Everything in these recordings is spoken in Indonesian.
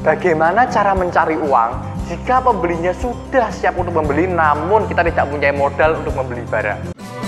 Bagaimana cara mencari uang jika pembelinya sudah siap untuk membeli namun kita tidak punya modal untuk membeli barang?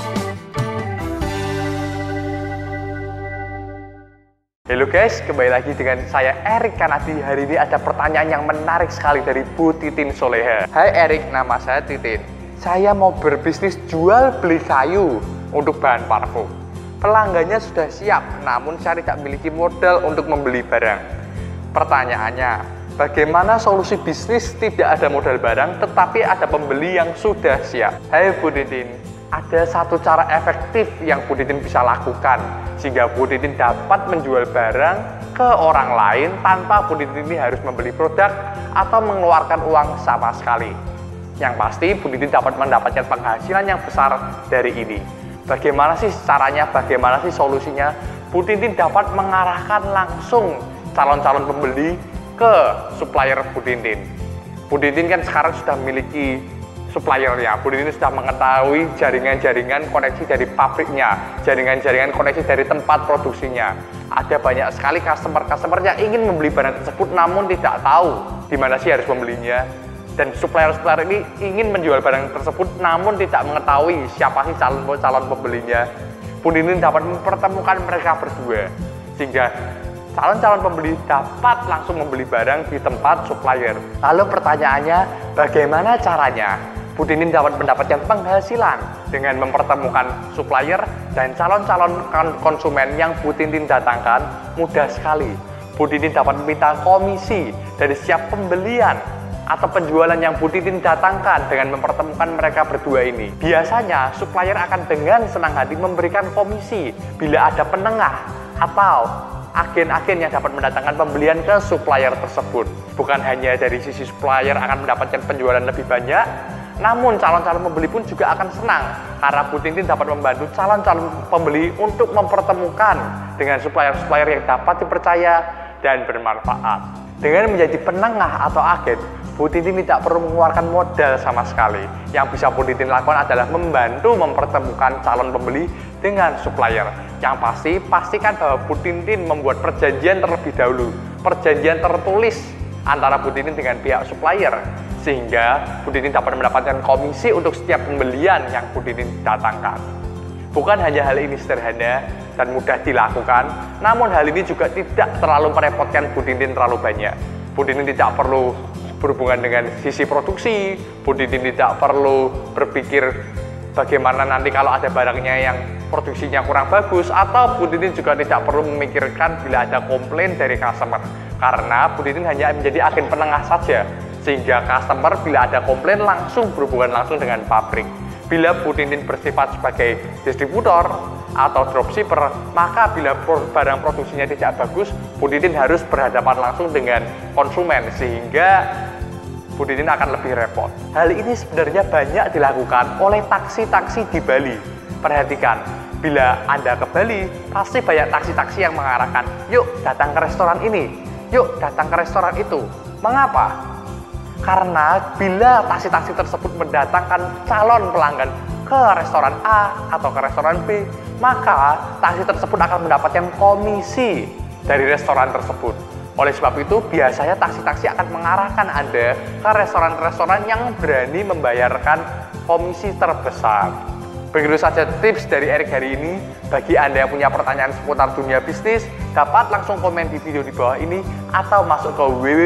Halo guys, kembali lagi dengan saya Erik Kanadi. Hari ini ada pertanyaan yang menarik sekali dari Bu Titin Soleha. Hai Erik, nama saya Titin. Saya mau berbisnis jual beli kayu untuk bahan parfum. Pelanggannya sudah siap, namun saya tidak memiliki modal untuk membeli barang. Pertanyaannya, bagaimana solusi bisnis tidak ada modal barang tetapi ada pembeli yang sudah siap? Hai Bu Titin, ada satu cara efektif yang Bu Titin bisa lakukan sehingga Bu Titin dapat menjual barang ke orang lain tanpa Bu Titin ini harus membeli produk atau mengeluarkan uang sama sekali. Yang pasti Bu Titin dapat mendapatkan penghasilan yang besar dari ini. Bagaimana sih caranya, bagaimana sih solusinya? Bu Titin dapat mengarahkan langsung calon-calon pembeli ke supplier Bu Titin. Bu Titin kan sekarang sudah memiliki suppliernya. Bu Titin sudah mengetahui jaringan-jaringan koneksi dari pabriknya, jaringan-jaringan koneksi dari tempat produksinya. Ada banyak sekali customer-customer yang ingin membeli barang tersebut namun tidak tahu di mana sih harus membelinya. Dan supplier-supplier ini ingin menjual barang tersebut namun tidak mengetahui siapa sih calon pembelinya. Bu Titin dapat mempertemukan mereka berdua sehingga calon-calon pembeli dapat langsung membeli barang di tempat supplier. Lalu pertanyaannya, bagaimana caranya Bu Titin dapat mendapatkan penghasilan dengan mempertemukan supplier dan calon-calon konsumen yang Bu Titin datangkan? Mudah sekali. Bu Titin dapat meminta komisi dari setiap pembelian atau penjualan yang Bu Titin datangkan dengan mempertemukan mereka berdua ini. Biasanya supplier akan dengan senang hati memberikan komisi bila ada penengah atau agen-agen yang dapat mendatangkan pembelian ke supplier tersebut. Bukan hanya dari sisi supplier akan mendapatkan penjualan lebih banyak, namun calon-calon pembeli pun juga akan senang karena Bu Titin dapat membantu calon-calon pembeli untuk mempertemukan dengan supplier-supplier yang dapat dipercaya dan bermanfaat. Dengan menjadi penengah atau agen, Bu Titin tidak perlu mengeluarkan modal sama sekali. Yang bisa Bu Titin lakukan adalah membantu mempertemukan calon pembeli dengan supplier. Yang pasti, pastikan bahwa Bu Titin membuat perjanjian terlebih dahulu, perjanjian tertulis antara Bu Titin dengan pihak supplier, sehingga Bu Titin dapat mendapatkan komisi untuk setiap pembelian yang Bu Titin datangkan. Bukan hanya hal ini sederhana dan mudah dilakukan, namun hal ini juga tidak terlalu merepotkan Bu Titin terlalu banyak. Bu Titin tidak perlu berhubungan dengan sisi produksi, Bu Titin tidak perlu berpikir bagaimana nanti kalau ada barangnya yang produksinya kurang bagus, atau Bu Titin juga tidak perlu memikirkan bila ada komplain dari customer karena Bu Titin hanya menjadi agen penengah saja, sehingga customer bila ada komplain langsung berhubungan langsung dengan pabrik. Bila Bu Titin bersifat sebagai distributor atau dropshipper, maka bila barang produksinya tidak bagus, Bu Titin harus berhadapan langsung dengan konsumen sehingga Bu Titin akan lebih repot. Hal ini sebenarnya banyak dilakukan oleh taksi-taksi di Bali. Perhatikan, bila Anda ke Bali, pasti banyak taksi-taksi yang mengarahkan, yuk datang ke restoran ini, yuk datang ke restoran itu. Mengapa? Karena bila taksi-taksi tersebut mendatangkan calon pelanggan ke restoran A atau ke restoran B, maka taksi tersebut akan mendapatkan komisi dari restoran tersebut. Oleh sebab itu, biasanya taksi-taksi akan mengarahkan Anda ke restoran-restoran yang berani membayarkan komisi terbesar. Begitu saja tips dari Erik hari ini. Bagi Anda yang punya pertanyaan seputar dunia bisnis, dapat langsung komen di video di bawah ini atau masuk ke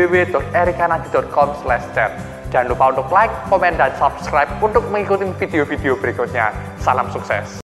www.erikkanadi.com/chat. Jangan lupa untuk like, komen, dan subscribe untuk mengikuti video-video berikutnya. Salam sukses!